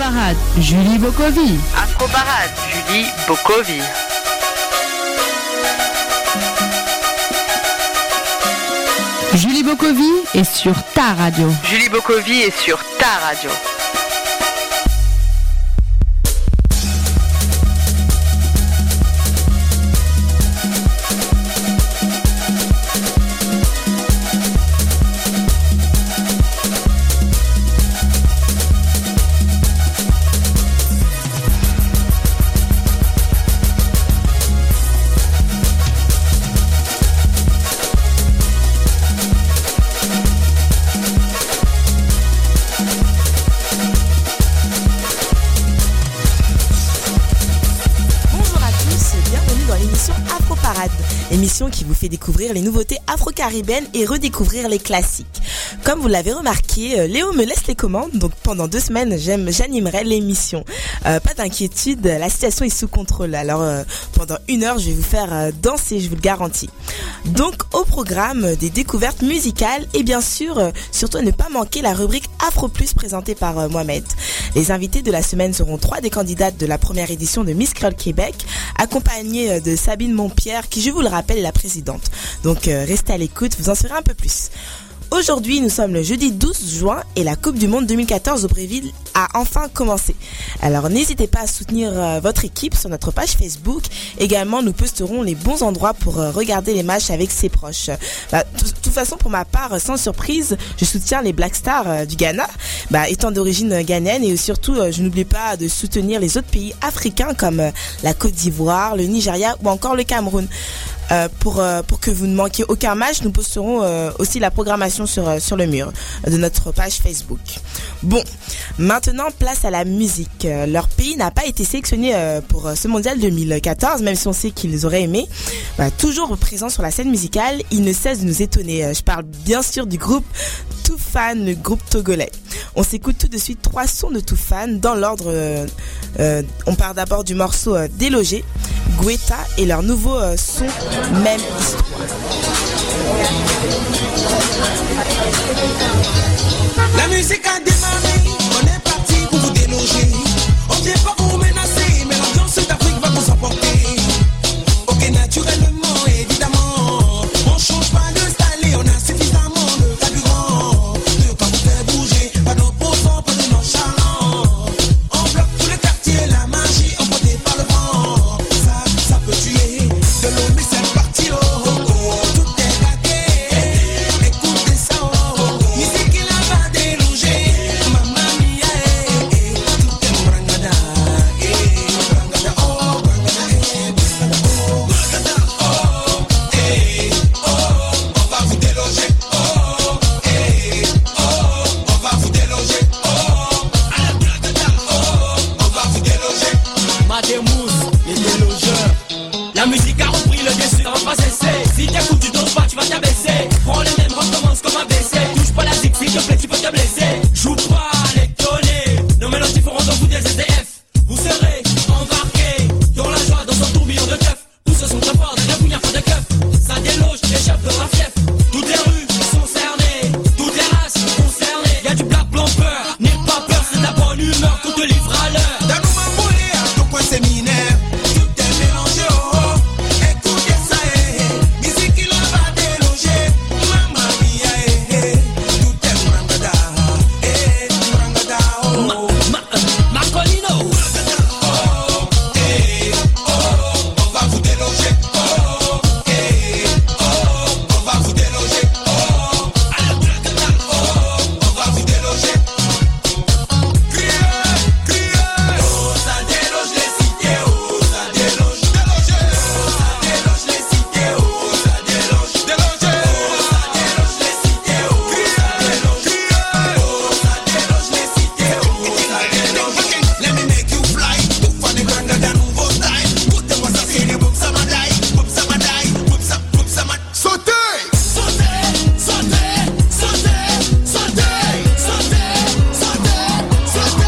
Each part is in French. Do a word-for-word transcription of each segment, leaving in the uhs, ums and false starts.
Afroparade, Julie Bokovi. Afroparade, Julie Bokovi. Julie Bokovi est sur ta radio. Julie Bokovi est sur ta radio. Émission qui vous fait découvrir les nouveautés afro-caribéennes et redécouvrir les classiques. Comme vous l'avez remarqué, Léo me laisse les commandes, donc pendant deux semaines, j'aime, j'animerai l'émission. Euh, pas d'inquiétude, la situation est sous contrôle. Alors euh, pendant une heure, je vais vous faire euh, danser, je vous le garantis. Donc au programme, des découvertes musicales et bien sûr, euh, surtout ne pas manquer la rubrique Afro Plus présentée par euh, Mohamed. Les invités de la semaine seront trois des candidates de la première édition de Miss Creole Québec, accompagnées de Sabine Montpierre, qui je vous le rappelle est la présidente. Donc euh, restez à l'écoute, vous en saurez un peu plus. Aujourd'hui, nous sommes le jeudi douze juin et la Coupe du Monde deux mille quatorze au Brésil a enfin commencé. Alors n'hésitez pas à soutenir euh, votre équipe sur notre page Facebook. Également, nous posterons les bons endroits pour euh, regarder les matchs avec ses proches. Bah, de toute façon, pour ma part, sans surprise, je soutiens les Black Stars euh, du Ghana, bah, étant d'origine ghanéenne, et surtout, euh, je n'oublie pas de soutenir les autres pays africains comme euh, la Côte d'Ivoire, le Nigeria ou encore le Cameroun. Euh, pour euh, pour que vous ne manquiez aucun match, nous posterons euh, aussi la programmation sur euh, sur le mur de notre page Facebook. Bon, maintenant place à la musique. Euh, leur pays n'a pas été sélectionné euh, pour euh, ce mondial deux mille quatorze, même si on sait qu'ils auraient aimé. Bah, toujours présent sur la scène musicale, ils ne cessent de nous étonner. Euh, je parle bien sûr du groupe Toofan, le groupe togolais. On s'écoute tout de suite trois sons de Toofan dans l'ordre. Euh, euh, on part d'abord du morceau euh, Délogé, Guetta et leur nouveau euh, son Même Histoire. La musique a démarré, on est parti pour vous déloger. On vient pas vous menacer, mais l'ambiance d'Afrique va vous emporter. Ok, naturellement, évidemment, on change pas de style, on a suffisamment de carburant. De quoi vous faire bouger, pas d'opposants, pas de nonchalants. On bloque tout le quartier, la magie emportée par le vent. Ça, ça peut tuer, de l'eau mais c'est parti, oh, oh, oh. Tout est gâté, écoutez ça, oh, oh, oh. Musique il a pas délogé, mamma mia, eh, eh. Tout est brangada, eh, brangada, oh, brangada, eh, brangada, oh, brangada, oh, eh, oh, on va vous déloger, oh, eh, oh, on va vous déloger, oh, à la brangada, oh, on va vous déloger. Mademousse, les délogeurs. La musique a repris le dessus, ça va pas cesser. Si t'écoutes, tu danses pas, tu vas t'abaisser. Prends les mêmes, recommence comme un B C. Touche pas la zig, s'il te plaît, tu peux te blesser. Joue pas les tonnés. Nos mélodies feront dans vous des S D F. Vous serez embarqués dans la joie, dans un tourbillon de keufs. Tous se sont très forts, des réunions de keufs. Ça déloge les chefs de la fief. Toutes les rues sont cernées, toutes les races concernées. Y'a du black blanc-peur, n'aie pas peur, c'est la bonne humeur qu'on te livre à l'heure. Donne-nous ma monnaie à ton coin séminaire. Tout est mélangé, oh, oh. Écoutez ça, eh, eh. Musique il a pas délogé. Mamma mia, eh, eh. Tout est brangada, eh, brangada, oh. Ma, ma, euh, Marcolino. Oh, eh, oh, on va vous déloger, oh, eh, oh, on va vous déloger, oh, à la brangada, oh, on va vous déloger. Criez, criez, oh, ça déloge les cités, oh, ça déloge, délogé, oh, ça déloge les cités, oh, ça déloge, délogé, oh, ça déloge les cités, oh, ça déloge, criez, oh, ça déloge les cités, oh, ça déloge. Let me make you fly, tout fan de brangada nouveau style. Écoutez-moi ça, c'est du boum samadai, boum samadai, boum sa, boum samad. Sautez, sautez, sautez, sautez, sautez, sautez, sautez,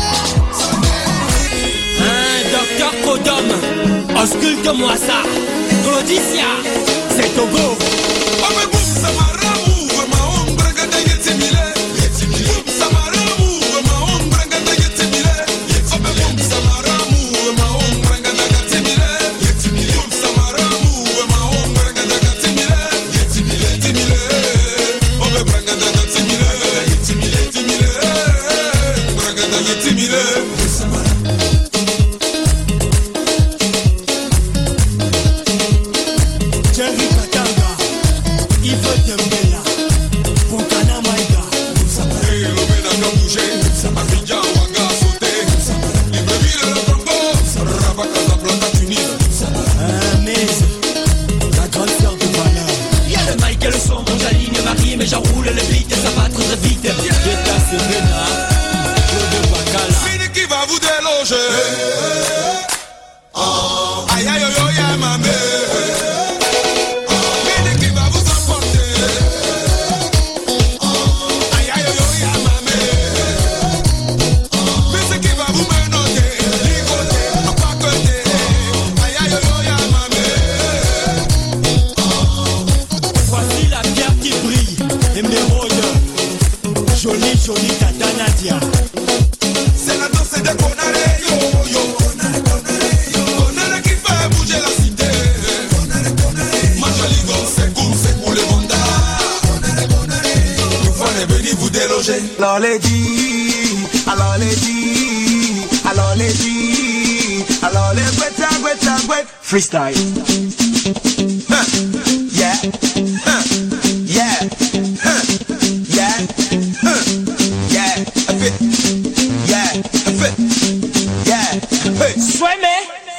sautez. Un docteur Kodom, ausculte-moi ça. Claudicia, c'est Togo. Oh mais boum samaramu, ma on brangada yetsimile, yetsimile. Boum samaramu, ma on brangada yetsimile, yetsimile. Johnny Tata Nadia. C'est la danse des Konare, yo, yo. Konare qui fait bouger la cité. Ma jolie gosse, c'est cool, c'est pour le monde. Nous fallait venir vous déloger. Alors les dit, alors les dit, alors les dit, alors les guetta, guetta, guetta. Freestyle. Huh. Yeah. Huh. Yeah. Huh. Yeah. Huh. Yeah. A fit. Yeah. A fit. Yeah. Hey. Sweme.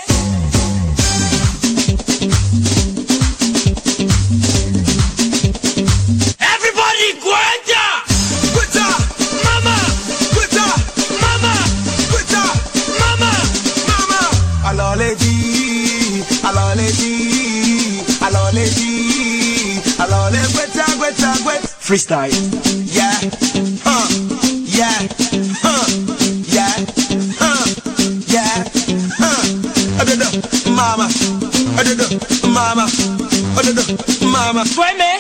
Everybody guetta. Guetta, Mama. guetta, Mama. guetta, Mama. mama. Alors les dit, alors les dit, alors les dit, alors les guetta, guetta, guetta. Freestyle. Yeah. Huh. Yeah. Huh. Yeah. Huh. Yeah. Huh. Adada, mama. Adada, mama. Adada, mama. Sweme.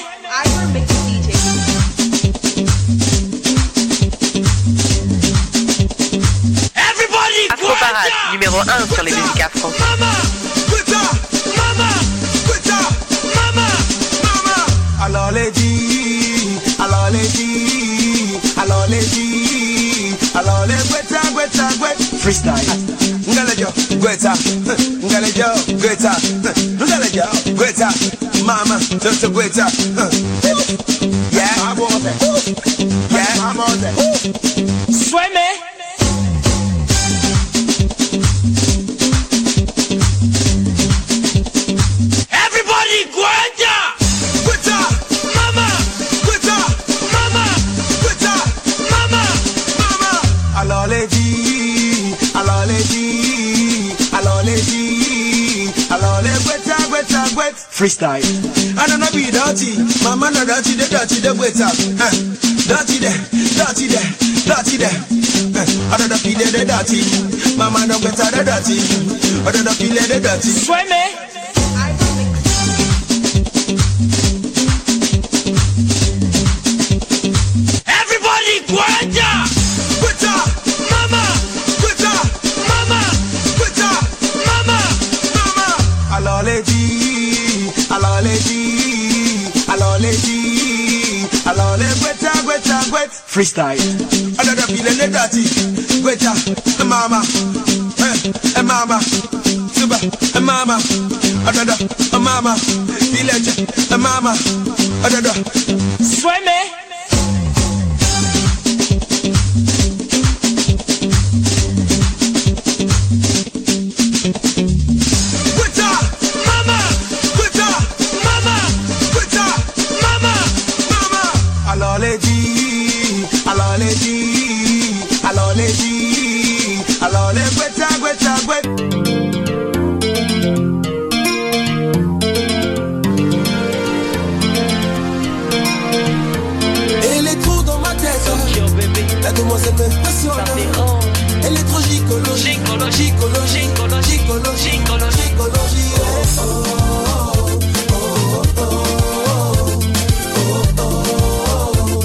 Everybody Afro Parade, guetta. numéro un sur les musiques afro. Mama. Guetta, Mama. guetta, Mama. mama. Alors les dit, alors les dit, alors les dit, alors les guetta, guetta, guetta. Freestyle. Ngalejo, guetta, ngalejo, guetta, ngalejo, guetta, mama, just guetta. Yeah, yeah, Sweme. Everybody guetta. Guetta, Mama. guetta, Mama. guetta, Mama. mama. alors les dit, alors les dit, alors les dit, alors les guetta, guetta, guetta. Freestyle. I don't know be dirty, mama no dirty, the dirty, the guetta. Uh, dirty there, dirty there, dirty there. Uh, I don't know feel the dirty, mama no guetta, the dirty. I don't know feel the dirty. Sweme. Everybody guetta. Guetta, Mama. guetta, Mama. guetta, Mama. mama. Alors les dit, alors les dit, alors les dit, alors les guetta, guetta, guetta. Freestyle. I don't know feel the dirty, guetta, mama, eh, mama, super, mama, I don't know, mama, feel it, mama, I don't know. Sweme. Guetta, Mama. guetta, Mama. guetta, Mama. mama. Alors les dit, alors les dit, alors les dit, alors les guetta, guetta, guetta. Elle est trop dans ma tête. La demoiselle m'impressionne. Elle est trop gicolo, gicolo, gicolo, gicolo, gicolo, gicolo, gicologie. Oh, oh, oh, oh, oh, oh,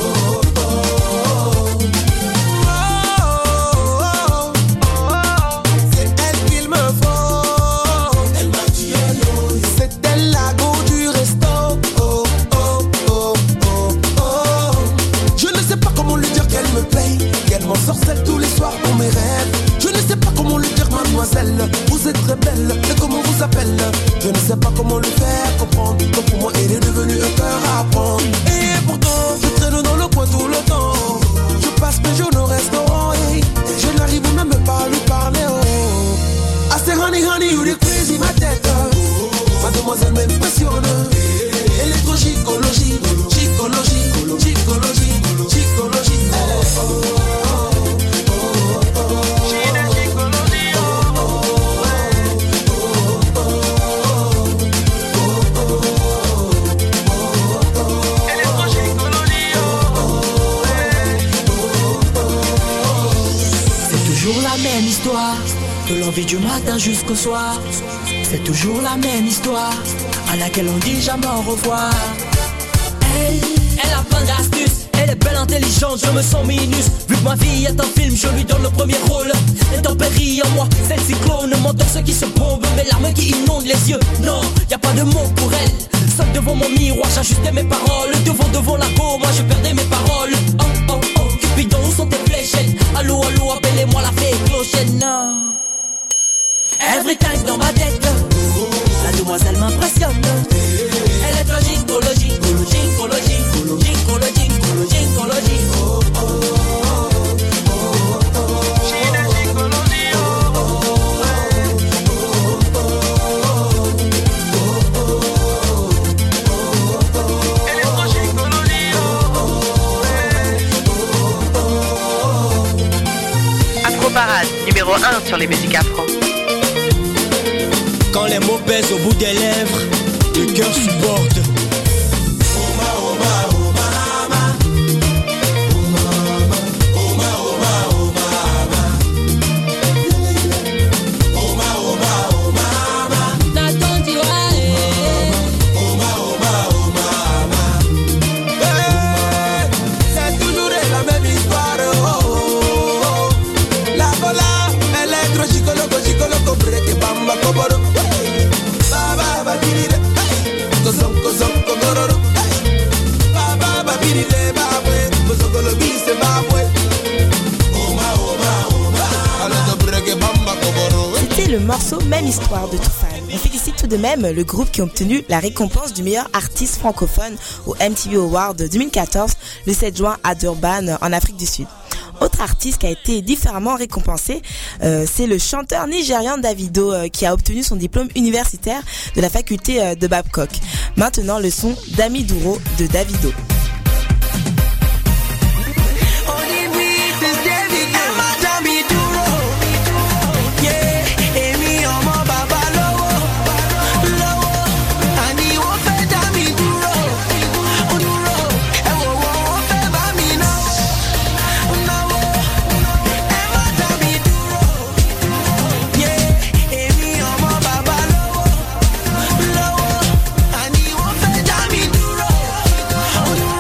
oh. C'est elle qu'il me faut. Elle m'a dit allô. C'est elle la go du resto. Oh, oh, oh, oh, oh. Je ne sais pas comment lui dire qu'elle me paye, qu'elle m'en sorcelle tous les soirs dans mes rêves. Je ne sais pas comment lui dire mademoiselle, vous êtes très belle, et comment vous appelle. Je ne sais pas comment lui faire comprendre que pour moi elle est devenue un cœur à prendre. Et pourtant je traîne dans le coin tout le temps. Je passe mes jours au restaurant et je n'arrive même pas à lui parler. Oh. I say honey honey you the crazy ma tête. Mademoiselle m'impressionne. Elle est trop gicologie, gicologie, gicologie, gicologie. Oh, oh, oh. même histoire, de l'envie du matin jusqu'au soir. C'est toujours la même histoire, à laquelle on dit jamais au revoir. Elle, elle a plein d'astuces, Elle est belle, intelligente, je me sens minus. Vu que ma vie est un film, je lui donne le premier rôle. Intempérie en moi, c'est le cyclone. Menteur ceux qui se bombent, mes larmes qui inondent les yeux. Non, y a pas de mots pour elle. Seul devant mon miroir, j'ajustais mes paroles. Devant, devant la go, moi je perdais mes paroles. Oh, oh, oh, Cupidon, où sont tes fléchettes? Allô, allô, appelez-moi la fée clochette. Non. Every time dans ma tête, la demoiselle m'impressionne. Elle est un gynécologie, gynécologie, gynécologie, gynécologie. Oh, oh, oh, oh, oh, oh. Gynécologie, oh, oh, oh. Elle est en gynécologie, oh. Afro Parade, numéro un sur les musiques afro. Quand les mots pèsent au bout des lèvres, le cœur supporte. C'était le morceau Même Histoire de Toufan. On félicite tout de même le groupe qui a obtenu la récompense du meilleur artiste francophone au M T V Awards deux mille quatorze le sept juin à Durban en Afrique du Sud. Autre artiste qui a été différemment récompensé, euh, c'est le chanteur nigérian Davido euh, qui a obtenu son diplôme universitaire de la faculté euh, de Babcock. Maintenant le son d'Ami Duro de Davido. Oh,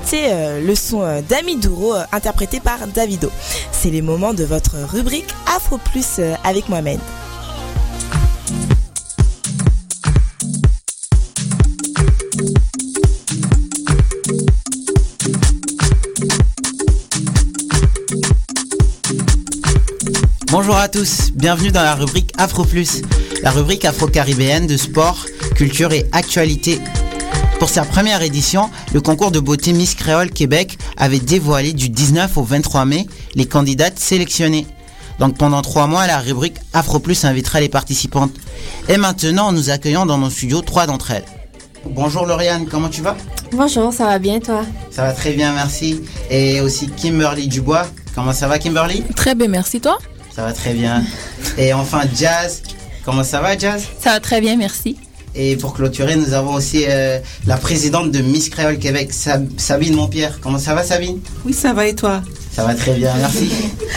C'était euh, le son euh, d'Ami Douro euh, interprété par Davido. C'est les moments de votre rubrique Afro Plus euh, avec Mohamed. Bonjour à tous, bienvenue dans la rubrique Afro Plus, la rubrique afro-caribéenne de sport, culture et actualité. Pour sa première édition, le concours de beauté Miss Créole Québec avait dévoilé du dix-neuf au vingt-trois mai les candidates sélectionnées. Donc pendant trois mois, la rubrique Afro Plus invitera les participantes. Et maintenant, nous accueillons dans nos studios trois d'entre elles. Bonjour Lauriane, comment tu vas ? Bonjour, ça va bien toi ? Ça va très bien, merci. Et aussi Kimberly Dubois. Comment ça va Kimberly ? Très bien, merci toi ? Ça va très bien. Et enfin Jazz. Comment ça va Jazz ? Ça va très bien, merci. Et pour clôturer, nous avons aussi euh, la présidente de Miss Créole Québec, Sab- Sabine Montpierre. Comment ça va Sabine ? Oui, ça va et toi ? Ça va très bien, merci.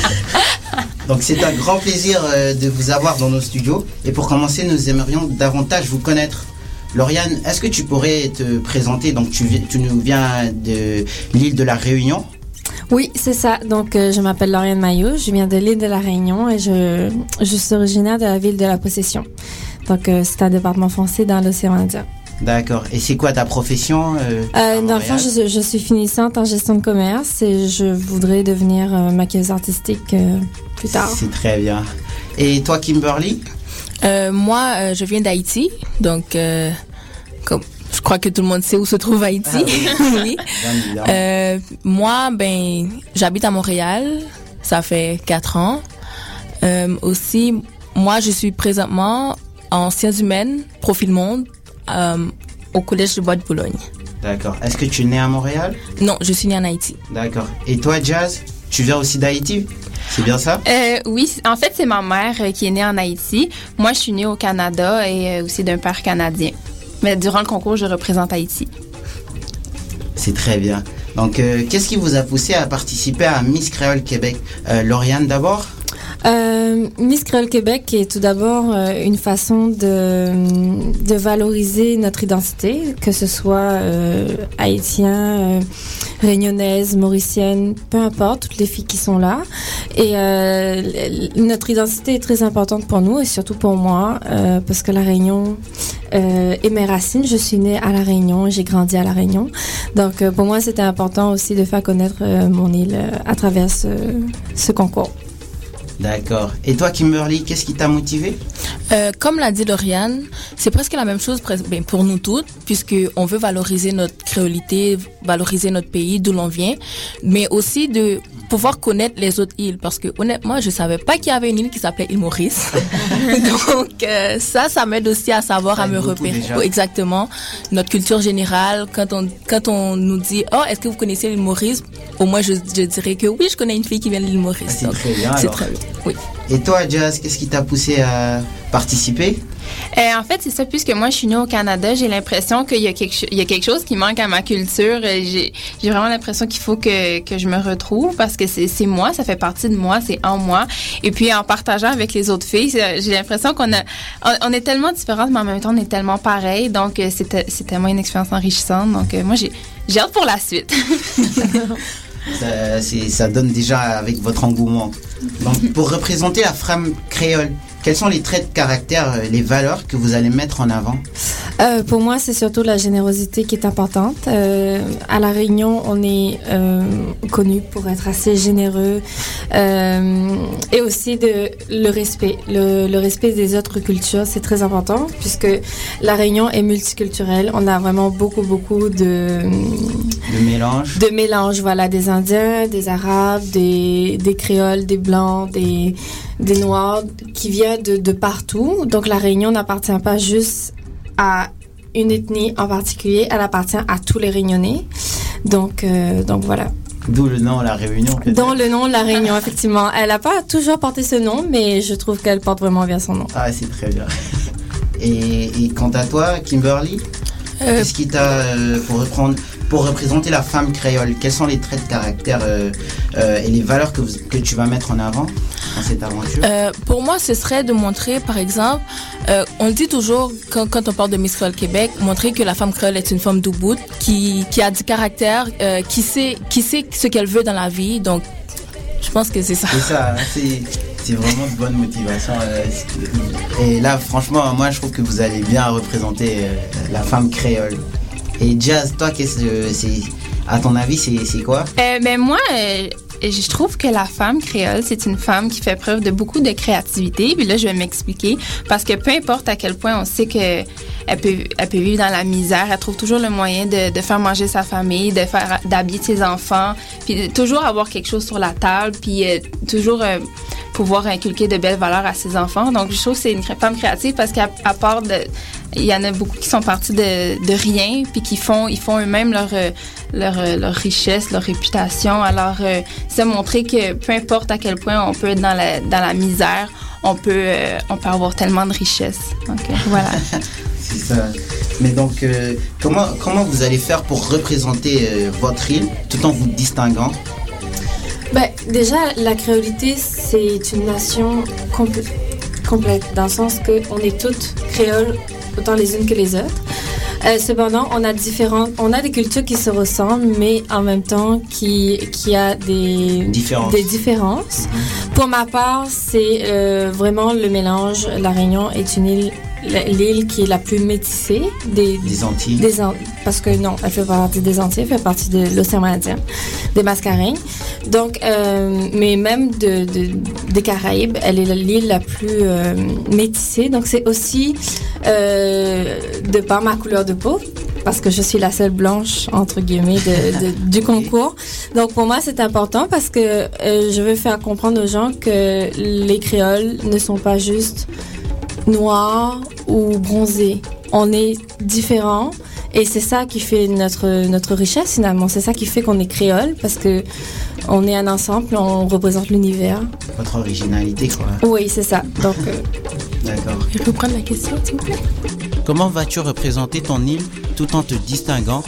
Donc c'est un grand plaisir euh, de vous avoir dans nos studios. Et pour commencer, nous aimerions davantage vous connaître. Lauriane, est-ce que tu pourrais te présenter ? Donc tu, tu nous viens de l'île de la Réunion ? Oui, c'est ça. Donc, euh, je m'appelle Lauriane Maillot, je viens de l'île de la Réunion et je, je suis originaire de la ville de La Possession. Donc, euh, c'est un département français dans l'océan Indien. D'accord. Et c'est quoi ta profession euh, euh, Dans le fond, je, je suis finissante en gestion de commerce et je voudrais devenir euh, maquilleuse artistique euh, plus tard. C'est très bien. Et toi, Kimberly ? euh, Moi, euh, je viens d'Haïti, donc euh, comme... Je crois que tout le monde sait où se trouve Haïti. Ah, oui. oui. Euh, moi, ben, j'habite à Montréal. Ça fait quatre ans. Euh, aussi, moi, je suis présentement en sciences humaines, profil monde, euh, au collège de Bois de Boulogne. D'accord. Est-ce que tu es né à Montréal ? Non, je suis né en Haïti. D'accord. Et toi, Jazz, tu viens aussi d'Haïti ? C'est bien ça? Euh, oui, en fait, c'est ma mère euh, qui est née en Haïti. Moi, je suis née au Canada et euh, aussi d'un père canadien. Mais durant le concours, je représente Haïti. C'est très bien. Donc, euh, qu'est-ce qui vous a poussé à participer à Miss Créole Québec? euh, Lauriane, d'abord? Euh, Miss Créole Québec est tout d'abord euh, une façon de, de valoriser notre identité, que ce soit euh, haïtien, euh, réunionnaise, mauricienne, peu importe, toutes les filles qui sont là. Et euh, notre identité est très importante pour nous et surtout pour moi, euh, parce que la Réunion euh, est mes racines. Je suis née à la Réunion et j'ai grandi à la Réunion. Donc euh, pour moi, c'était important aussi de faire connaître euh, mon île euh, à travers ce, ce concours. D'accord. Et toi, Kimberly, qu'est-ce qui t'a motivé? Euh, comme l'a dit Lauriane, c'est presque la même chose ben, pour nous toutes, puisqu'on veut valoriser notre créolité, valoriser notre pays, d'où l'on vient, mais aussi de pouvoir connaître les autres îles, parce que honnêtement, je savais pas qu'il y avait une île qui s'appelait île Maurice. Donc euh, ça, ça m'aide aussi à savoir, ça à me repérer. Oh, exactement. Notre culture générale, quand on quand on nous dit « Oh, est-ce que vous connaissez l'île Maurice ?» Au moins, je, je dirais que oui, je connais une fille qui vient de l'île Maurice. Ah, c'est Donc, très bien. C'est alors. très bien. Oui. Et toi, Jazz, qu'est-ce qui t'a poussé à participer? Euh, en fait, c'est ça, puisque moi, je suis née au Canada, j'ai l'impression qu'il y a quelque, il y a quelque chose qui manque à ma culture. J'ai, j'ai vraiment l'impression qu'il faut que, que je me retrouve parce que c'est, c'est moi, ça fait partie de moi, c'est en moi. Et puis, en partageant avec les autres filles, j'ai l'impression qu'on a, on, on est tellement différentes, mais en même temps, on est tellement pareils. Donc, c'était, c'est tellement une expérience enrichissante. Donc, moi, j'ai, j'ai hâte pour la suite. Ça, c'est, ça donne déjà avec votre engouement. Donc, pour représenter la femme créole, quels sont les traits de caractère, les valeurs que vous allez mettre en avant? Euh, pour moi, c'est surtout la générosité qui est importante. Euh, à La Réunion, on est euh, connu pour être assez généreux euh, et aussi de le respect. Le, le respect des autres cultures, c'est très important puisque La Réunion est multiculturelle. On a vraiment beaucoup, beaucoup de... De mélange. De mélange, voilà. Des Indiens, des Arabes, des, des Créoles, des Blancs, des... des Noirs qui viennent de, de partout. Donc, la Réunion n'appartient pas juste à une ethnie en particulier, elle appartient à tous les Réunionnais. Donc, euh, donc voilà. D'où le nom La Réunion. Peut-être. D'où le nom La Réunion, effectivement. Elle n'a pas toujours porté ce nom, mais je trouve qu'elle porte vraiment bien son nom. Ah, c'est très bien. Et, et quant à toi, Kimberly, euh... qu'est-ce qui t'a, euh, pour reprendre... Pour représenter la femme créole, quels sont les traits de caractère euh, euh, et les valeurs que, vous, que tu vas mettre en avant? dans cette aventure? Euh, pour moi, ce serait de montrer, par exemple, euh, on le dit toujours quand, quand on parle de Miss Créole Québec, montrer que la femme créole est une femme d'Ubud, qui, qui a du caractère, euh, qui sait, qui sait ce qu'elle veut dans la vie. Donc, je pense que c'est ça. C'est ça, c'est, c'est vraiment de bonne motivation. Euh, et là, franchement, moi, je trouve que vous allez bien représenter euh, la femme créole. Et Jazz, toi, qu'est-ce que c'est, à ton avis, c'est, c'est quoi? Euh, ben moi, euh, je trouve que la femme créole, c'est une femme qui fait preuve de beaucoup de créativité. Puis là, je vais m'expliquer. Parce que peu importe à quel point on sait que elle peut, elle peut vivre dans la misère, elle trouve toujours le moyen de, de faire manger sa famille, de faire, d'habiller ses enfants, puis de toujours avoir quelque chose sur la table, puis euh, toujours euh, pouvoir inculquer de belles valeurs à ses enfants. Donc, je trouve que c'est une femme créative parce qu'à à part de... Il y en a beaucoup qui sont partis de, de rien, puis qui font, ils font eux-mêmes leur, leur, leur richesse, leur réputation. Alors, euh, c'est montrer que peu importe à quel point on peut être dans la, dans la misère, on peut, euh, on peut avoir tellement de richesse. Donc, euh, voilà. C'est ça. Mais donc, euh, comment, comment vous allez faire pour représenter euh, votre île tout en vous distinguant? Ben, déjà, la créolité, c'est une nation compl- complète, dans le sens qu'on est toutes créoles, autant les unes que les autres. Euh, cependant, on a différentes, on a des cultures qui se ressemblent, mais en même temps qui qui a des différences. Des différences. Mm-hmm. Pour ma part, c'est euh, vraiment le mélange. La Réunion est une île, l'île qui est la plus métissée des des Antilles. Des, parce que non, elle fait pas partie des Antilles, elle fait partie de l'océan Indien, des Mascareignes. Donc, euh, mais même de, de des Caraïbes, elle est l'île la plus euh, métissée. Donc, c'est aussi euh, de par ma couleur de peau, parce que je suis la seule blanche entre guillemets de, de, du concours. Donc, pour moi, c'est important parce que euh, je veux faire comprendre aux gens que les créoles ne sont pas juste noirs ou bronzés. On est différents. Et c'est ça qui fait notre notre richesse finalement. C'est ça qui fait qu'on est créole parce que on est un ensemble, on représente l'univers. Votre originalité, quoi. Oui, c'est ça. Donc. Euh... D'accord. Je peux prendre la question, s'il vous plaît. Comment vas-tu représenter ton île tout en te distinguant?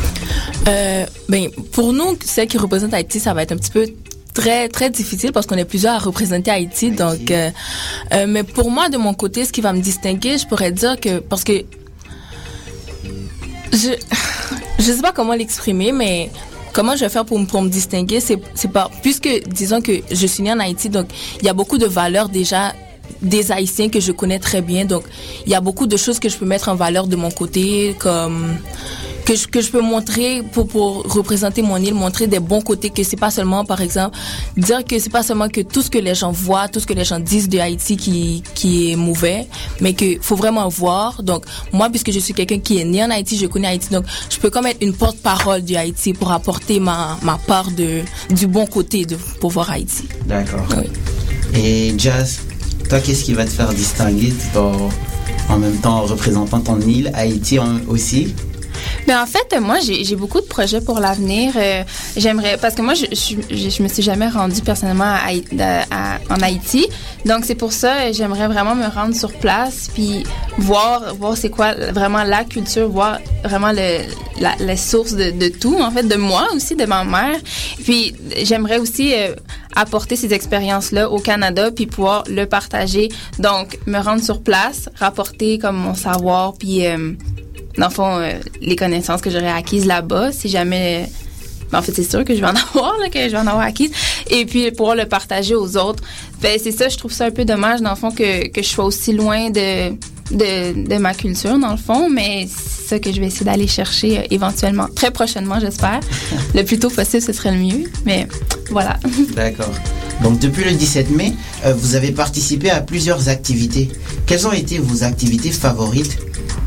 Euh, ben pour nous, celle qui représente Haïti, ça va être un petit peu très très difficile parce qu'on est plusieurs à représenter Haïti. Haïti. Donc, euh, euh, mais pour moi, de mon côté, ce qui va me distinguer, je pourrais dire que parce que Je je sais pas comment l'exprimer, mais comment je vais faire pour, pour me distinguer, c'est c'est pas puisque disons que je suis née en Haïti, donc il y a beaucoup de valeurs déjà des Haïtiens que je connais très bien, donc il y a beaucoup de choses que je peux mettre en valeur de mon côté, comme que je, que je peux montrer pour, pour représenter mon île, montrer des bons côtés, que c'est pas seulement, par exemple, dire que c'est pas seulement que tout ce que les gens voient, tout ce que les gens disent de Haïti qui, qui est mauvais, mais que faut vraiment voir. Donc, moi, puisque je suis quelqu'un qui est né en Haïti, je connais Haïti, donc je peux comme être une porte-parole du Haïti pour apporter ma, ma part de, du bon côté de, pour voir Haïti. D'accord. Oui. Et Jazz, toi, qu'est-ce qui va te faire distinguer tout en, en même temps en représentant ton île, Haïti en, aussi? Ben en fait, moi, j'ai, j'ai beaucoup de projets pour l'avenir. Euh, j'aimerais, parce que moi, je, je, je me suis jamais rendue personnellement à, à, à, en Haïti. Donc, c'est pour ça, j'aimerais vraiment me rendre sur place, puis voir, voir c'est quoi vraiment la culture, voir vraiment le, la, les sources de, de tout, en fait, de moi aussi, de ma mère. Puis, j'aimerais aussi euh, apporter ces expériences-là au Canada, puis pouvoir le partager. Donc, me rendre sur place, rapporter comme mon savoir, puis euh, dans le fond, euh, les connaissances que j'aurais acquises là-bas, si jamais... Ben, en fait, c'est sûr que je vais en avoir, là, que je vais en avoir acquises. Et puis, pouvoir le partager aux autres. Ben, c'est ça, je trouve ça un peu dommage, dans le fond, que, que je sois aussi loin de, de, de ma culture, dans le fond. Mais c'est ça que je vais essayer d'aller chercher euh, éventuellement. Très prochainement, j'espère. Le plus tôt possible, ce serait le mieux. Mais voilà. D'accord. Donc, depuis le dix-sept mai, euh, vous avez participé à plusieurs activités. Quelles ont été vos activités favorites?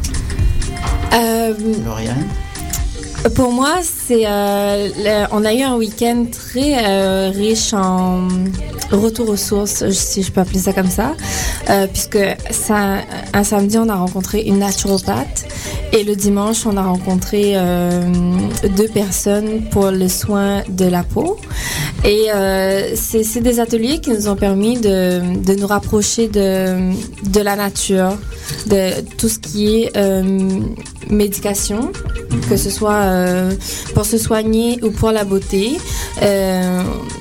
Euh, Lauriane? Pour moi, c'est euh, le, on a eu un week-end très euh, riche en retour aux sources, si je peux appeler ça comme ça, euh, puisque ça, un samedi, on a rencontré une naturopathe et le dimanche, on a rencontré euh, deux personnes pour le soin de la peau. Et euh, c'est, c'est des ateliers qui nous ont permis de, de nous rapprocher de, de la nature, de tout ce qui est euh, médication, que ce soit euh, pour se soigner ou pour la beauté. Euh,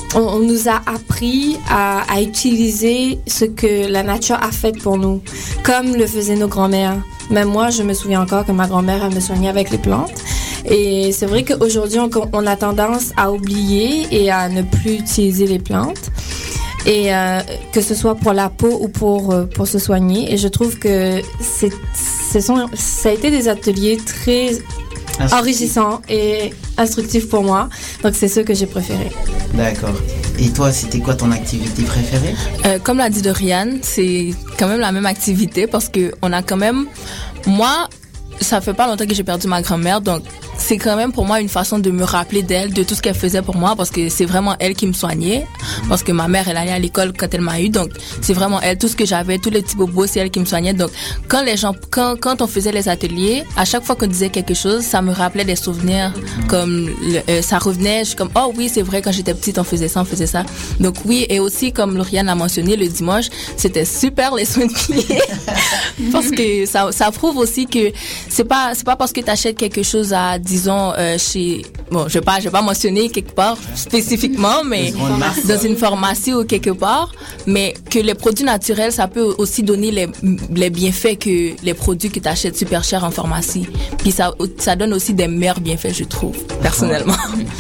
on, on nous a appris à, à utiliser ce que la nature a fait pour nous, comme le faisaient nos grands-mères. Même moi, je me souviens encore que ma grand-mère, elle me soignait avec les plantes. Et c'est vrai qu'aujourd'hui, on, on a tendance à oublier et à ne plus utiliser les plantes. Et euh, que ce soit pour la peau ou pour, euh, pour se soigner. Et je trouve que c'est, ce sont, ça a été des ateliers très enrichissants et instructifs pour moi. Donc, c'est ceux que j'ai préférés. D'accord. Et toi, c'était quoi ton activité préférée? euh, Comme l'a dit Doriane, c'est quand même la même activité parce que on a quand même... Moi, ça fait pas longtemps que j'ai perdu ma grand-mère, donc c'est quand même pour moi une façon de me rappeler d'elle, de tout ce qu'elle faisait pour moi, parce que c'est vraiment elle qui me soignait, parce que ma mère, elle allait à l'école quand elle m'a eu, donc c'est vraiment elle, tout ce que j'avais, tous les petits bobos, c'est elle qui me soignait. Donc quand les gens, quand, quand on faisait les ateliers, à chaque fois qu'on disait quelque chose, ça me rappelait des souvenirs, comme le, euh, ça revenait, je suis comme, oh oui, c'est vrai, quand j'étais petite, on faisait ça, on faisait ça. Donc oui, et aussi, comme Lauriane a mentionné, le dimanche, c'était super les soins de pied, parce que ça, ça prouve aussi que c'est pas, c'est pas parce que t'achètes quelque chose à, disons, euh, chez, bon, je vais pas, je vais pas mentionner quelque part spécifiquement, mais dans une pharmacie ou quelque part, mais que les produits naturels, ça peut aussi donner les, les bienfaits que les produits que t'achètes super cher en pharmacie. Puis ça, ça donne aussi des meilleurs bienfaits, je trouve, personnellement.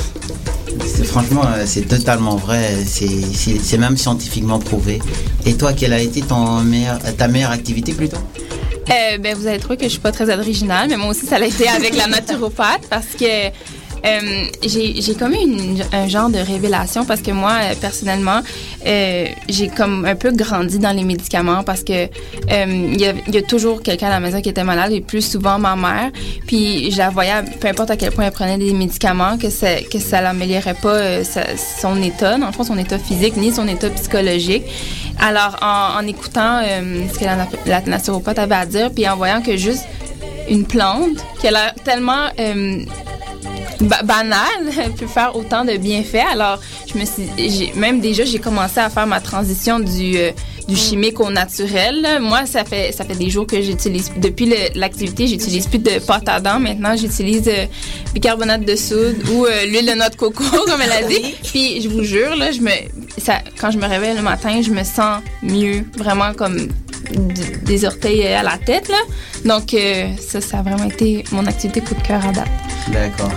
C'est, franchement, c'est totalement vrai. C'est, c'est, c'est même scientifiquement prouvé. Et toi, quelle a été ton meilleur, ta meilleure activité plutôt? Euh, ben, vous allez trouver que je suis pas très originale, mais moi aussi, ça a été avec la naturopathe parce que euh, j'ai, j'ai comme eu une, un genre de révélation parce que moi, euh, personnellement, euh, j'ai comme un peu grandi dans les médicaments parce que euh, il y a, il y a toujours quelqu'un à la maison qui était malade et plus souvent ma mère. Puis je la voyais, peu importe à quel point elle prenait des médicaments, que ça, que ça l'améliorait pas euh, sa, son état, dans le fond, son état physique ni son état psychologique. Alors, en, en écoutant euh, ce que la, la naturopathe avait à dire, puis en voyant que juste une plante, qui a l'air tellement euh, ba- banale, peut faire autant de bienfaits. Alors, je me suis, j'ai, même déjà, j'ai commencé à faire ma transition du, euh, du chimique au naturel. Là. Moi, ça fait ça fait des jours que j'utilise, depuis le, l'activité, j'utilise plus de pâte à dents. Maintenant, j'utilise euh, bicarbonate de soude ou euh, l'huile de noix de coco, comme elle a dit. Puis, je vous jure, là, je me... Ça, quand je me réveille le matin, je me sens mieux, vraiment comme d- des orteils à la tête, là. Donc, euh, ça, ça a vraiment été mon activité coup de cœur à date. D'accord.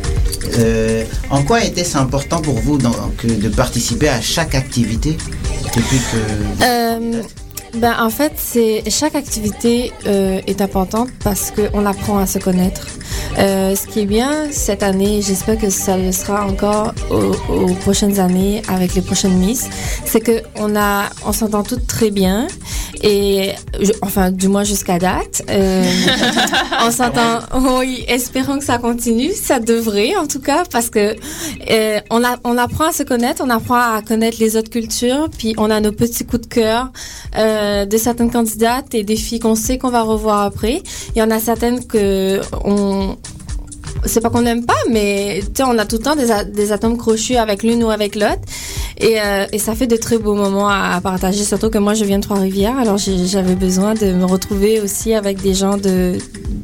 Euh, en quoi était-ce important pour vous donc, de participer à chaque activité depuis que... Euh, ben, en fait, c'est, chaque activité euh, est importante parce qu'on apprend à se connaître. Euh, ce qui est bien cette année, j'espère que ça le sera encore aux, aux prochaines années avec les prochaines Miss, c'est que on a, on s'entend toutes très bien et je, enfin du moins jusqu'à date. Euh, on s'entend. Oui, espérons que ça continue. Ça devrait en tout cas parce que euh, on a, on apprend à se connaître, on apprend à connaître les autres cultures, puis on a nos petits coups de cœur euh, de certaines candidates et des filles qu'on sait qu'on va revoir après. Il y en a certaines que on c'est pas qu'on n'aime pas, mais tu sais, on a tout le temps des, a- des atomes crochus avec l'une ou avec l'autre. Et, euh, et ça fait de très beaux moments à, à partager, surtout que moi, je viens de Trois-Rivières. Alors, j'ai, j'avais besoin de me retrouver aussi avec des gens de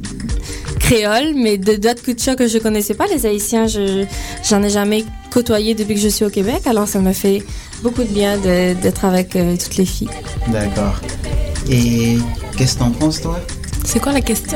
créoles, mais de, d'autres cultures que je connaissais pas. Les Haïtiens, je, j'en ai jamais côtoyé depuis que je suis au Québec. Alors, ça me fait beaucoup de bien de, d'être avec euh, toutes les filles. D'accord. Et qu'est-ce que t'en penses, toi? C'est quoi la question?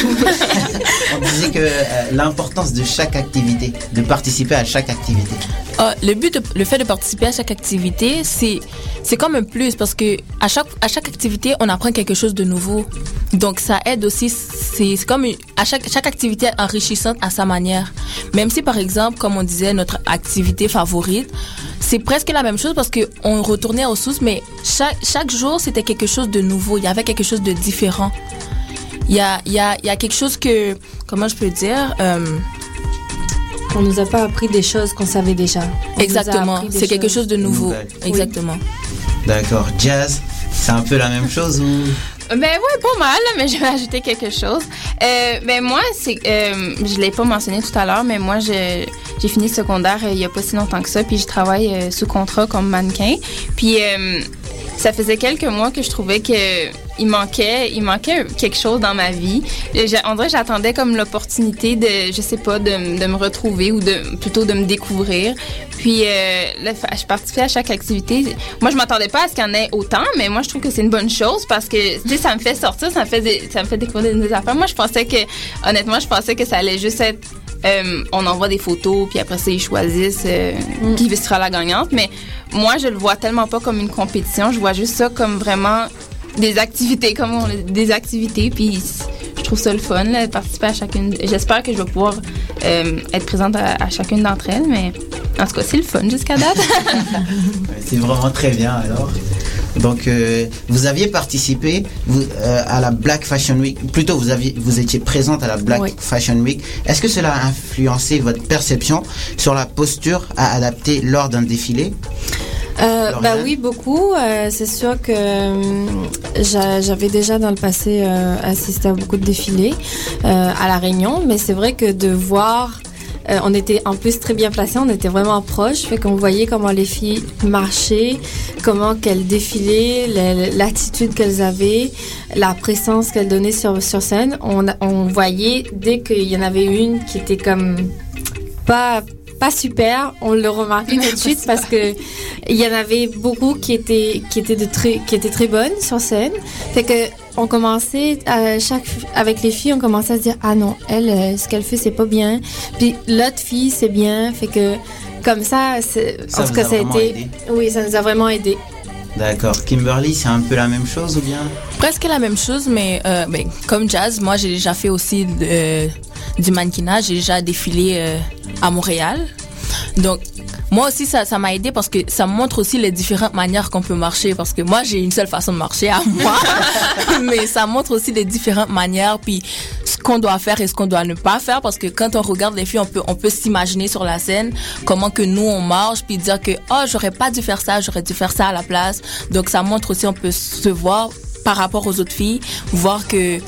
On disait que euh, l'importance de chaque activité, de participer à chaque activité. Ah, le but, de, le fait de participer à chaque activité, c'est c'est comme un plus parce que à chaque à chaque activité, on apprend quelque chose de nouveau. Donc ça aide aussi. C'est, c'est comme une, à chaque chaque activité enrichissante à sa manière. Même si par exemple, comme on disait, notre activité favorite, c'est presque la même chose parce que on retournait aux sources, mais chaque chaque jour c'était quelque chose de nouveau. Il y avait quelque chose de différent. Il y a il y a il y a quelque chose que comment je peux dire. Euh, On nous a pas appris des choses qu'on savait déjà. On Exactement, c'est choses. Quelque chose de nouveau. Nouvelle. Exactement. D'accord. Jazz, c'est un peu la même chose ou... Ben ouais, pas mal, mais je vais ajouter quelque chose. Euh, ben moi, c'est, euh, je l'ai pas mentionné tout à l'heure, mais moi, je, j'ai fini le secondaire euh, il y a pas si longtemps que ça, puis je travaille euh, sous contrat comme mannequin. Puis euh, ça faisait quelques mois que je trouvais que il manquait, il manquait quelque chose dans ma vie. On dirait que j'attendais comme l'opportunité de, je sais pas, de, de me retrouver ou de plutôt de me découvrir. Puis euh, là, je participais à chaque activité. Moi, je m'attendais pas à ce qu'il y en ait autant, mais moi, je trouve que c'est une bonne chose parce que, tu sais, ça me fait sortir, ça me fait, des, ça me fait découvrir des affaires. Moi, je pensais que, honnêtement, je pensais que ça allait juste être, euh, on envoie des photos, puis après ça, ils choisissent euh, mm. qui sera la gagnante. Mais moi, je le vois tellement pas comme une compétition. Je vois juste ça comme vraiment des activités, comme on, des activités, puis je trouve ça le fun, là, de participer à chacune. J'espère que je vais pouvoir euh, être présente à, à chacune d'entre elles, mais en tout cas, c'est le fun jusqu'à date. C'est vraiment très bien, alors. Donc, euh, vous aviez participé vous, euh, à la Black Fashion Week, plutôt vous, aviez, vous étiez présente à la Black oui. Fashion Week. Est-ce que cela a influencé votre perception sur la posture à adapter lors d'un défilé ? Euh, bah oui, beaucoup. Euh, c'est sûr que euh, j'avais déjà dans le passé euh, assisté à beaucoup de défilés euh, à La Réunion, mais c'est vrai que de voir, euh, on était en plus très bien placés, on était vraiment proches, fait qu'on voyait comment les filles marchaient, comment qu'elles défilaient, l'attitude qu'elles avaient, la présence qu'elles donnaient sur, sur scène. On, on voyait dès qu'il y en avait une qui était comme pas... pas super, on le remarquait tout de suite parce que il y en avait beaucoup qui étaient qui étaient de très qui étaient très bonnes sur scène. Fait que on commençait à chaque avec les filles, on commençait à se dire ah non, elle ce qu'elle fait c'est pas bien. Puis l'autre fille c'est bien. Fait que comme ça, c'est, ça en tout cas ça a été aidé. Oui, ça nous a vraiment aidé. D'accord. Kimberly, c'est un peu la même chose ou bien? Presque la même chose, mais, euh, mais comme Jazz, moi j'ai déjà fait aussi euh, du mannequinat, j'ai déjà défilé euh, à Montréal. Donc moi aussi ça, ça m'a aidé parce que ça me montre aussi les différentes manières qu'on peut marcher, parce que moi j'ai une seule façon de marcher à moi, mais ça montre aussi les différentes manières, puis ce qu'on doit faire et ce qu'on doit ne pas faire, parce que quand on regarde les filles, on peut, on peut s'imaginer sur la scène comment que nous on marche, puis dire que oh j'aurais pas dû faire ça, j'aurais dû faire ça à la place. Donc ça montre aussi, on peut se voir par rapport aux autres filles, voir que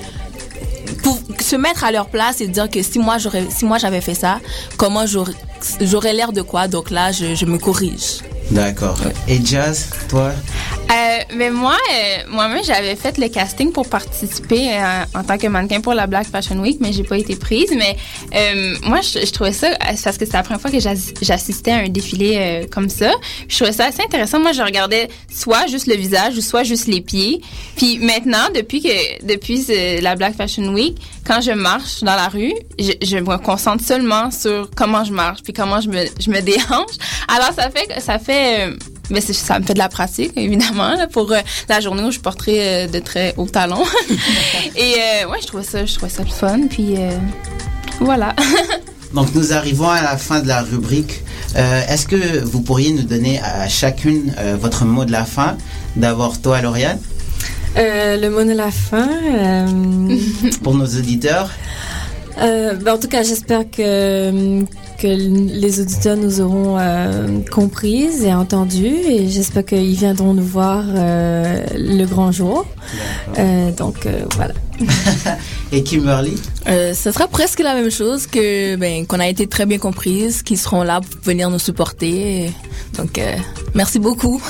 pour se mettre à leur place et dire que si moi j'aurais, si moi j'avais fait ça, comment j'aurais, j'aurais l'air de quoi. Donc là, je, je me corrige. D'accord. Et Jazz, toi? Euh, mais moi, euh, moi-même, j'avais fait le casting pour participer euh, en tant que mannequin pour la Black Fashion Week, mais j'ai pas été prise. Mais euh, moi, je, je trouvais ça, parce que c'est la première fois que j'assistais à un défilé euh, comme ça. Je trouvais ça assez intéressant. Moi, je regardais soit juste le visage, ou soit juste les pieds. Puis maintenant, depuis que depuis euh, la Black Fashion Week, quand je marche dans la rue, je, je me concentre seulement sur comment je marche, puis comment je me, je me déhanche. Alors, ça fait, ça fait Euh, mais c'est, ça me fait de la pratique, évidemment, là, pour euh, la journée où je porterai euh, de très hauts talons. Et euh, ouais, je trouvais ça, je trouvais ça le fun. Puis euh, voilà. Donc nous arrivons à la fin de la rubrique. Euh, est-ce que vous pourriez nous donner à chacune euh, votre mot de la fin? D'abord toi, Lauriane. Euh, le mot de la fin. Euh... Pour nos auditeurs. Euh, ben en tout cas, j'espère que que les auditeurs nous auront euh, comprises et entendues, et j'espère qu'ils viendront nous voir euh, le grand jour. Euh, donc euh, voilà. Et Kimberly? Euh, ça sera presque la même chose, que ben qu'on a été très bien comprises, qu'ils seront là pour venir nous supporter. Donc euh, merci beaucoup.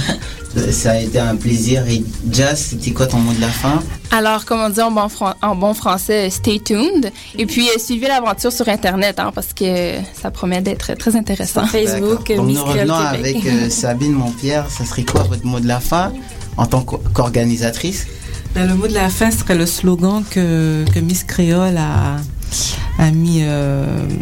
Ça a été un plaisir. Et Jazz, c'était quoi ton mot de la fin? Alors, comme on dit en bon, fran- en bon français, stay tuned. Et puis, euh, suivez l'aventure sur Internet, hein, parce que ça promet d'être très intéressant. Sur Facebook, donc Miss nous revenons Québec. avec euh, Sabine Montpierre. Ça serait quoi votre mot de la fin en tant qu'organisatrice? Ben, le mot de la fin serait le slogan que, que Miss Créole a, a mis, euh,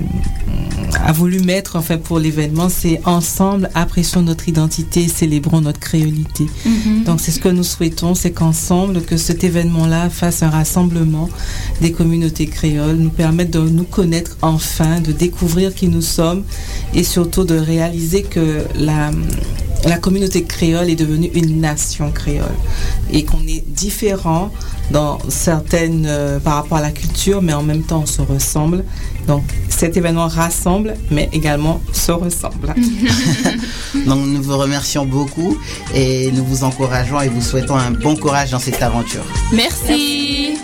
a voulu mettre en fait pour l'événement. C'est ensemble, apprécions notre identité, célébrons notre créolité. Mm-hmm. Donc c'est ce que nous souhaitons, c'est qu'ensemble, que cet événement-là fasse un rassemblement des communautés créoles, nous permette de nous connaître enfin, de découvrir qui nous sommes, et surtout de réaliser que la La communauté créole est devenue une nation créole et qu'on est différent dans certaines euh, par rapport à la culture, mais en même temps on se ressemble. Donc cet événement rassemble, mais également se ressemble. Donc nous vous remercions beaucoup et nous vous encourageons et vous souhaitons un bon courage dans cette aventure. Merci.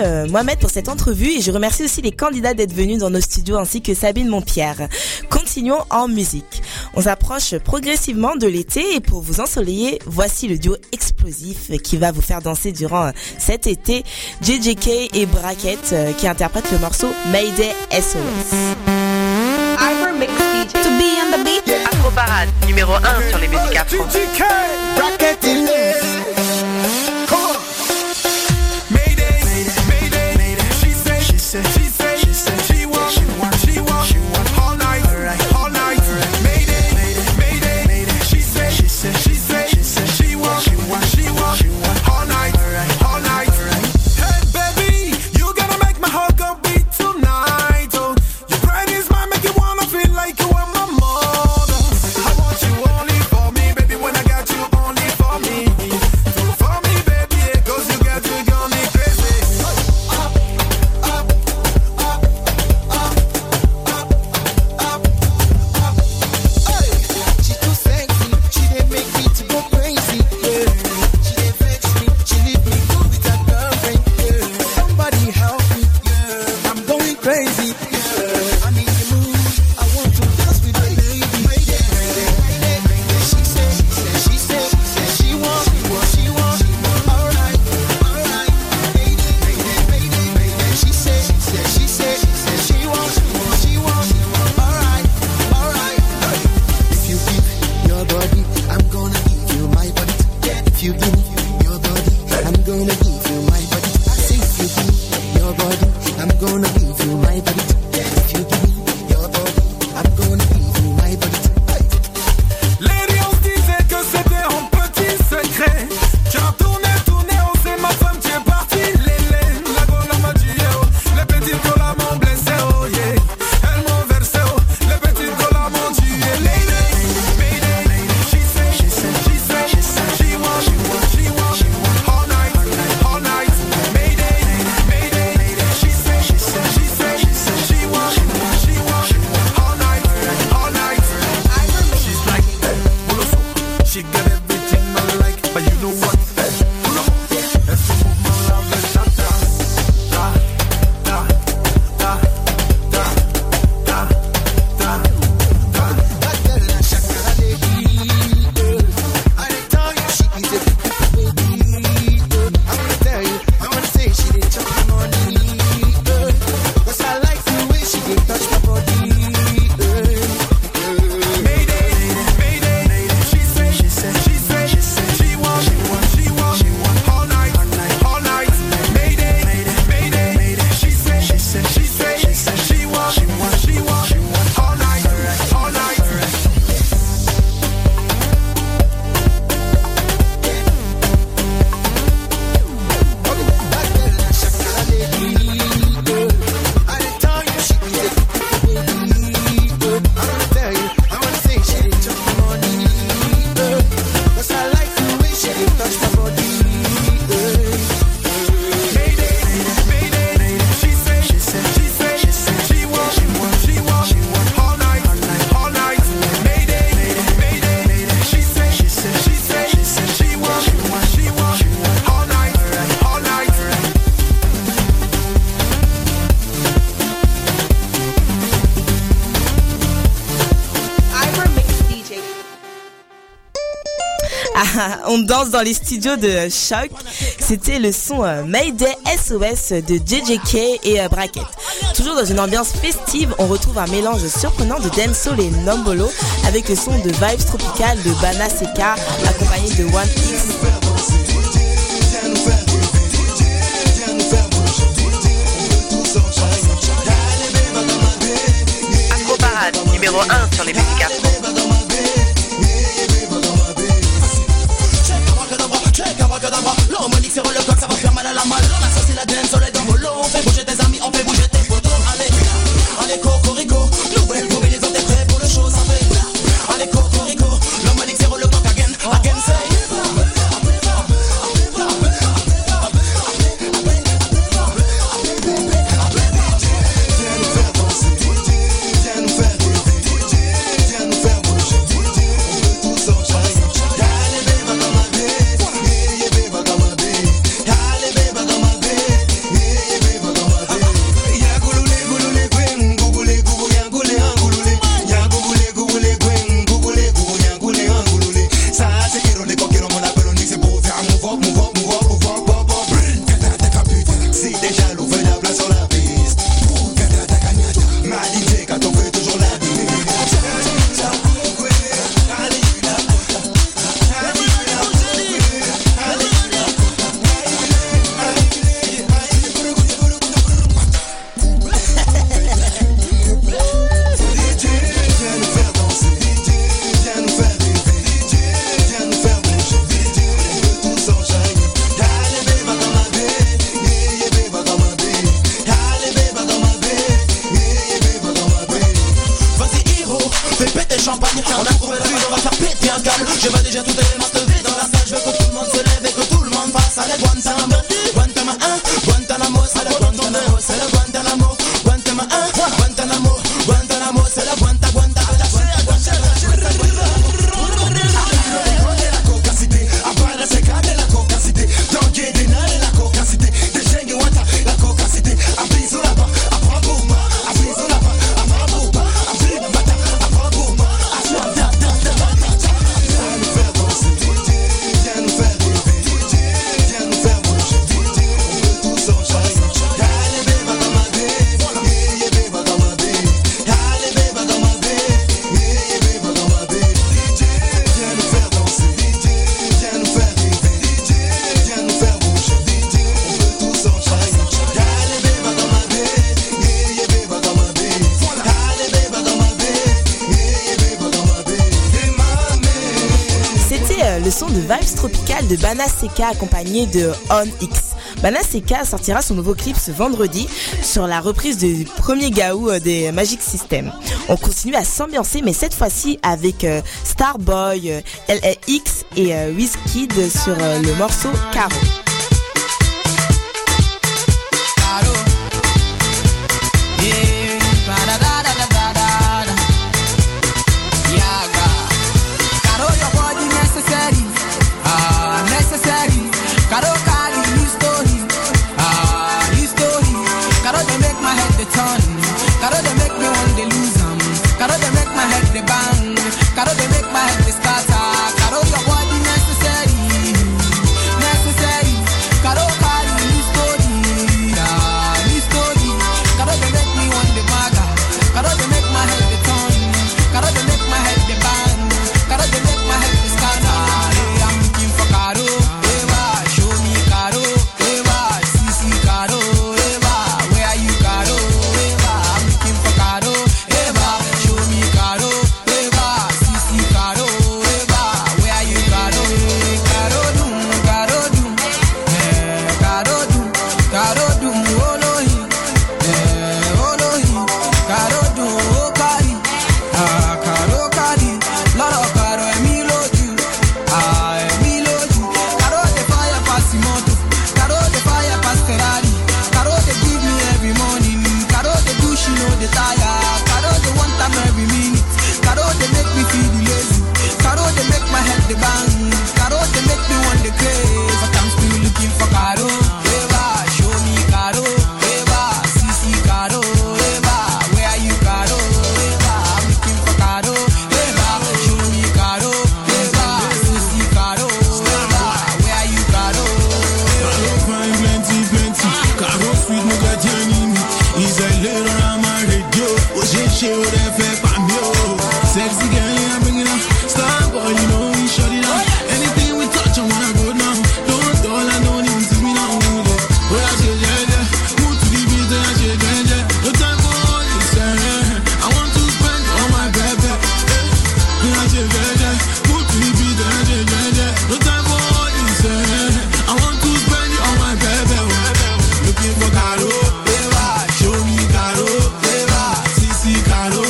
euh, Mohamed pour cette entrevue et je remercie aussi les candidats d'être venus dans nos studios ainsi que Sabine Montpierre. Continuons en musique. On s'approche progressivement de l'été et pour vous ensoleiller, voici le duo explosif qui va vous faire danser durant cet été, J J K et Bracket euh, qui interprètent le morceau Mayday S O S. To be on the beat. Afro Parade, numéro un sur les musiques afro. J J K, Bracket in there. Come on. Mayday, Mayday, Mayday. She said, she said, she said, she said, she want, she want, she want, she want all night, all night. Mayday, Mayday, Mayday. She said, she said, she said, she said, she want, she want, she want, she want all night, all night. Hey baby, you gotta make my heart go beat tonight. Oh, your pride is mine, make you wanna feel like you are my mother. I want you only for me, baby. When I got you only for me, for me, baby. Yeah, 'cause you got you got me crazy. Up, up, up, up, up, up, up, up. Hey, she too sexy, she dey make me to go crazy. Yeah, she dey vex me, she leave me good with her girlfriend. Yeah, somebody help me. Yeah, I'm going crazy. Yeah, I'm in the mood. I want to dance with my lady. Yeah, she said, she said, she said, she said, she want, she want, she want. All right, all right. She said, she said, she said, she said, she want, she want, she want. All right, all right. If you give your body, I'm gonna give you my body. If you give your body, I'm gonna give you my body. I say if you give your body, I'm gonna give you my body. If you give your body, I'm gonna give you my body. Lady, on se disait que c'était un petit secret. Car tourner, tourner, on sait ma femme, tu es partie, Lélé. La gola m'a dit, oh, les petites colas m'ont blessé, oh yeah. Elles m'ont versé, oh, les petites colas m'ont tué. Lady, Mayday, she said, she said, she said, she said, she want, she want, she want, she want all night, all night. Mayday, Mayday, she said, she said, she said, she said, she want, she want, she want, she want all night, all night. She's like, hey, pull us up. She got everything I like, but you know what? Hey, pull up. Let's move my love, let's shut down. Da, da, da, da, da, da, da. That girl, that shakara lady, girl. I didn't tell you she is a baby, girl. I'm gonna tell you, I'm gonna say she didn't chop my money, girl. 'Cause I like the way she did touch my body, girl. Mayday, Mayday, she said, she said, she said, she said, she want, she want, she want, she want all night, all night. Mayday, Mayday, she said, she said, she said, she said, she want, she want, she want, she want all night, all night. I didn't tell you she is a baby, girl. I'm gonna tell you, I'm gonna say she didn't touch my money, girl. 'Cause I like the way she did touch my body, girl. Mayday, Mayday, she said, she said, she said, she said, she want, she want, she want, she want all night, all night. Mayday, Mayday, she said, she said, she said, she said, she want, she want, she want, she want all night, all night. Ah, on danse dans les studios de Choc. C'était le son euh, Mayday S O S de J J K et euh, Bracket. Toujours dans une ambiance festive, on retrouve un mélange surprenant de dancehall et nombolo avec le son de vibes tropicales de Bana Seka accompagné de One X. Afro Parade, numéro un sur les musiques afro. L'homme dit que c'est le corps, ça va faire mal à la malle. La sauce et la dance, on est dans vos lots. On fait bouger tes amis, on fait bouger tes photos. Allez, allez, cocorico. Nouvelle combinaison, t'es prêt pour le show, ça fait. Allez, cocorico. L'homme dit que c'est le corps, again, again, say. Fais péter champagne, on a couru plus, on va faire péter un câble. Je vois déjà toutes les masses lever dans la salle. Je veux que tout le monde se lève et que tout le monde fasse à la Guantanamo. Guantanamo un, Guantanamo, c'est la Guantanamo, c'est la Guantanamo. Guantanamo un, Guantanamo, Guantanamo, c'est la Guanta, Guanta, Guanta, Guanta, Guanta, la cocacité, apparaît c'est calme la cocacité. Dans Gué des nains la cocacité, des gengues Wanta, la cocacité. Un bisou là-bas, un bravo, un bisou là-bas, un bravo, un bisou là-bas, un bravo, un bisou là-bas. Viens nous faire danser, viens nous faire rêver, viens nous faire bouger, on peut tous enchaîner. Allez bébé comme ma bébé, yeah bébé comme ma bébé, allez bébé comme ma bébé, yeah bébé comme ma bébé. Viens nous faire danser, viens nous faire rêver, viens nous faire bouger, on peut tous enchaîner. Allez bébé comme ma bébé, yeah bébé comme ma bébé, allez bébé comme ma bébé, yeah bébé comme ma bébé. C'était euh, le son de Vibes Tropical de Bana Seka accompagné de On X. Bana Seka sortira son nouveau clip ce vendredi sur la reprise du premier Gaou euh, des Magic System. On continue à s'ambiancer mais cette fois-ci avec euh, Starboy, euh, L A X et euh, Wizkid sur euh, le morceau Caro. Caro, they make my head scatter. Caro, your body necessary, necessary. Caro, carry me story, ah, me story. Caro, they make me want the maga. Caro, they make my head the turn. Caro, they make my head the bang. Caro, they make my head the scatter. Hey, I'm looking for Caro. Eva, show me Caro. Eva, see see Caro. Eva, where are you, Caro? Eva, I'm looking for Caro. Eva, show me Caro. Caro, Eva, where are you, Caro? Caro dum, Caro dum, eh, Caro dum, Caro dum, oh no he, eh, oh no he, Caro dum, oh Cari, ah, Caro Cari, Lord of Caro, Emilo you, ah, Emilo you, Caro the fire pass the moto, Caro the fire pass Ferrari, Caro they give me every morning, Caro the do she know the tire, Caro the one time every minute, Caro they make me feel the lazy. Caro, they make my head the bang. Caro, they make me want the craze. But I'm still looking for Caro. Eva, show me Caro. Eva, see see Caro. Eva, where are you, Caro? Eva, I'm looking for Caro. Eva, show me Caro. Eva, see see Caro. Eva, where are you, Caro? Caro fine, plenty, plenty. Caro sweet, no got any. He's a little on my radio. Oh, she she would have fed by me. Sexy girl, yeah, bring it up. Starboy, you know we shut it up. Anything we touch, I wanna go down. Don't dull, I don't even see me now. Oh, I say, yeah, yeah. Move to the beat, I say, yeah, yeah. No time for all this, yeah. I want to spend all my baby. Yeah, I say, yeah, yeah. Move to the beat, I say, yeah, yeah. No time for all this, yeah. I want to spend all my baby. Looking for Caro, Eva, show me Caro, Eva, see see Caro.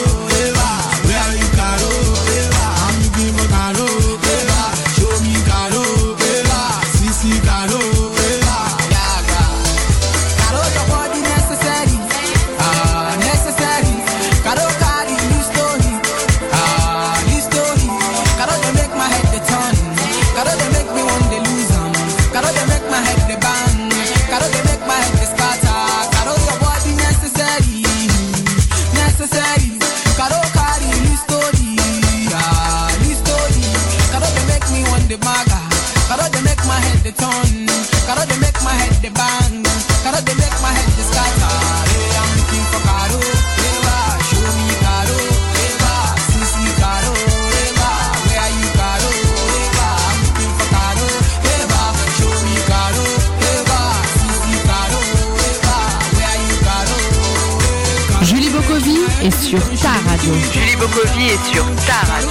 Julie Bokovi est sur ta radio. Julie Bokovi est sur ta radio.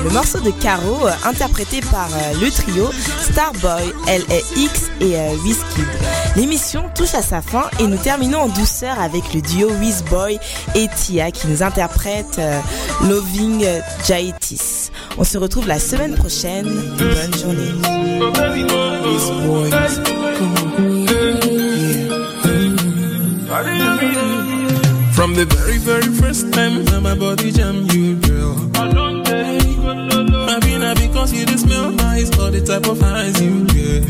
le morceau de Caro, euh, interprété par euh, le trio Starboy, L A X et euh, Wizkid. L'émission touche à sa fin et nous terminons en douceur avec le duo Wizboy et Tia qui nous interprètent euh, Loving Jaitis. On se retrouve la semaine prochaine. Bonne journée. From the very, very first time that my body jam you, girl. Maybe not because you just smell nice or the type of eyes you get.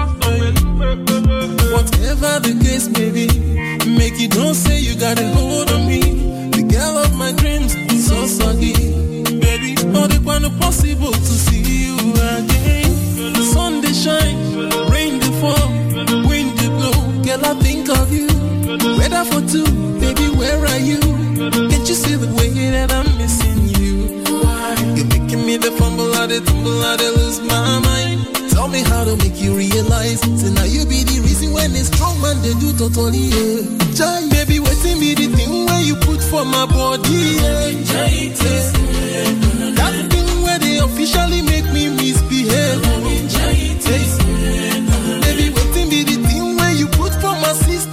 Whatever the case may be, make it don't say you got a hold on me. The girl of my dreams, so soggy. Baby, all the one possible to see you again. The sun they shine, rain they fall, wind they blow. Girl, I think of you. Weather for two, baby, where are you? Can't you see the way that I'm missing you? You're making me the fumble, I the tumble, I the lose my mind. Tell me how to make you realize. Say now you be the reason when it's strong man they do totally. Yeah. Jai, baby, waiting me the thing where you put for my body. Yeah. Jai, that thing where they officially make me misbehave. Jai, baby, waiting me the thing where you put for my system.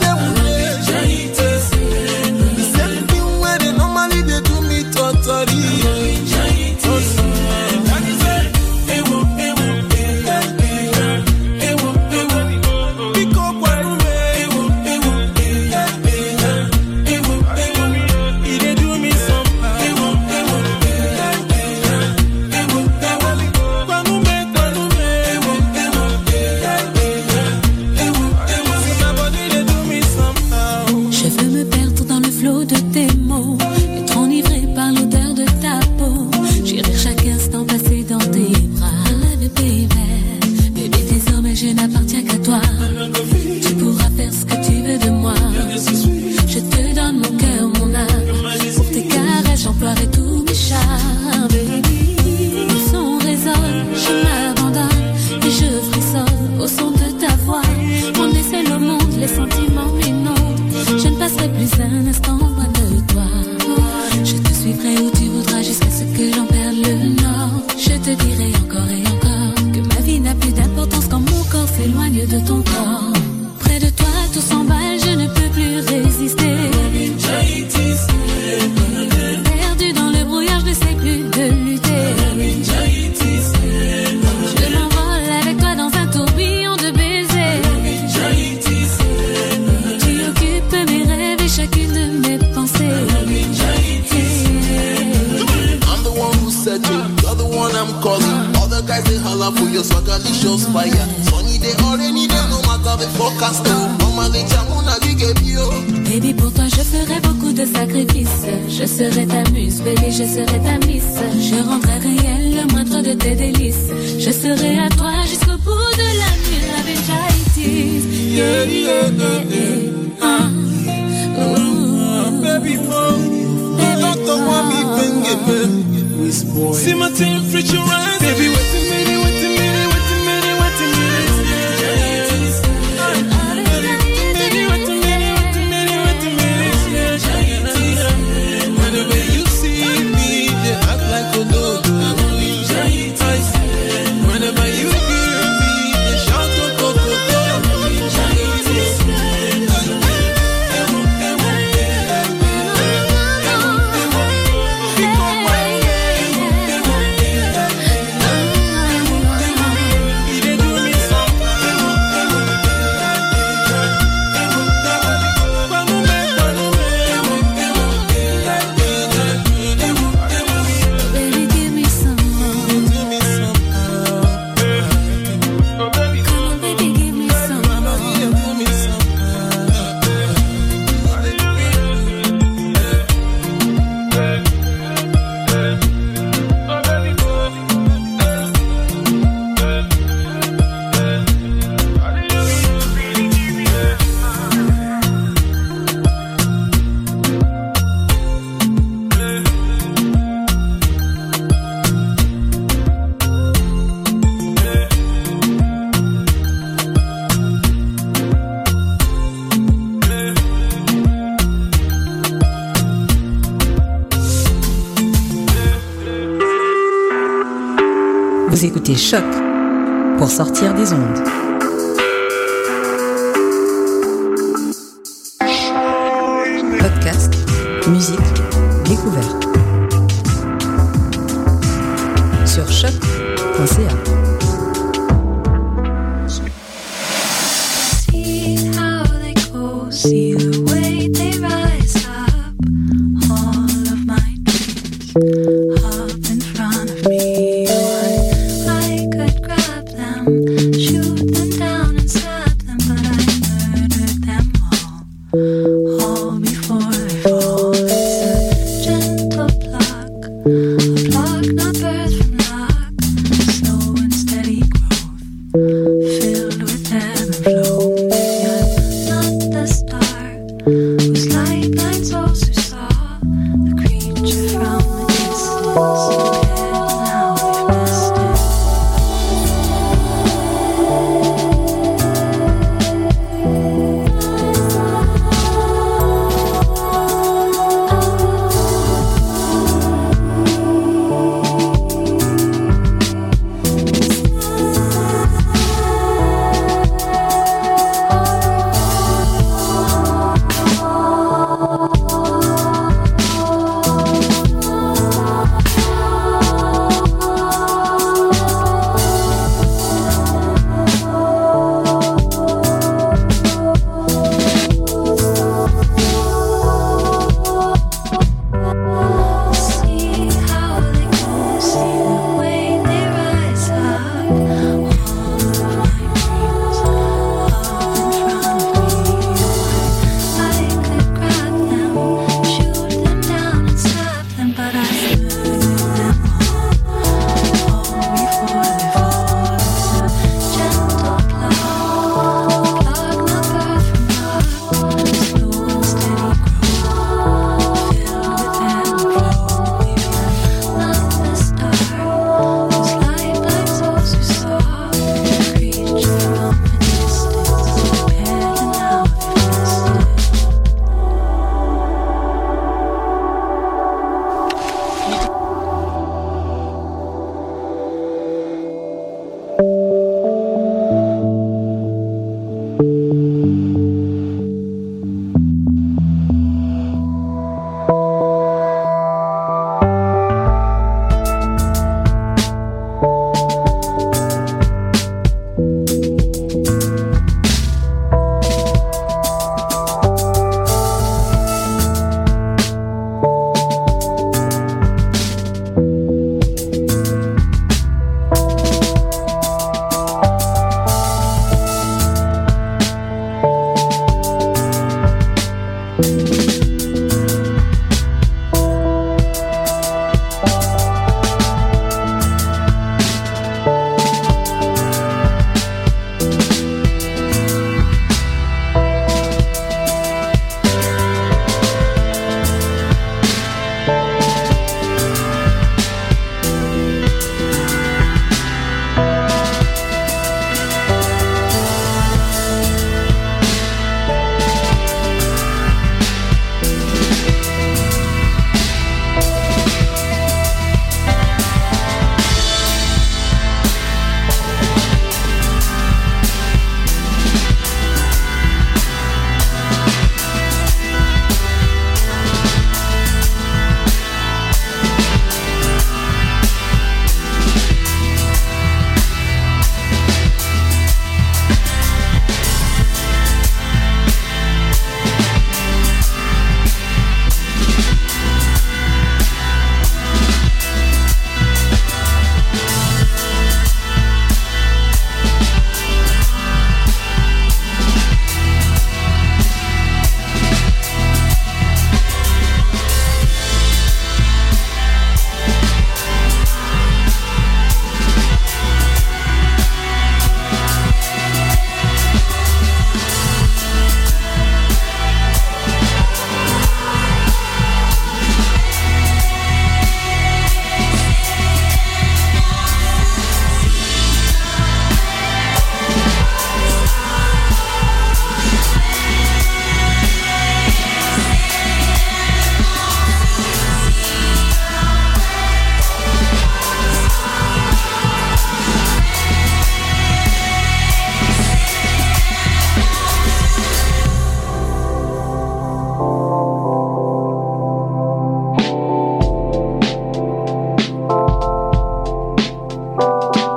Baby, pour toi je ferai beaucoup de sacrifices. Je serai ta muse, baby, je serai ta miss. Je rendrai réel le moindre de tes délices. Je serai à toi jusqu'au bout de la nuit. La vérité, yeah, yeah, yeah, yeah. Ah. Ooh. Baby, oh, don't want me baby. See my temperature rise, baby. Wait a minute, wait a minute, wait a minute, wait a minute. Vous écoutez Choc pour sortir des ondes. Podcast, musique, découverte. Sur choc point c a.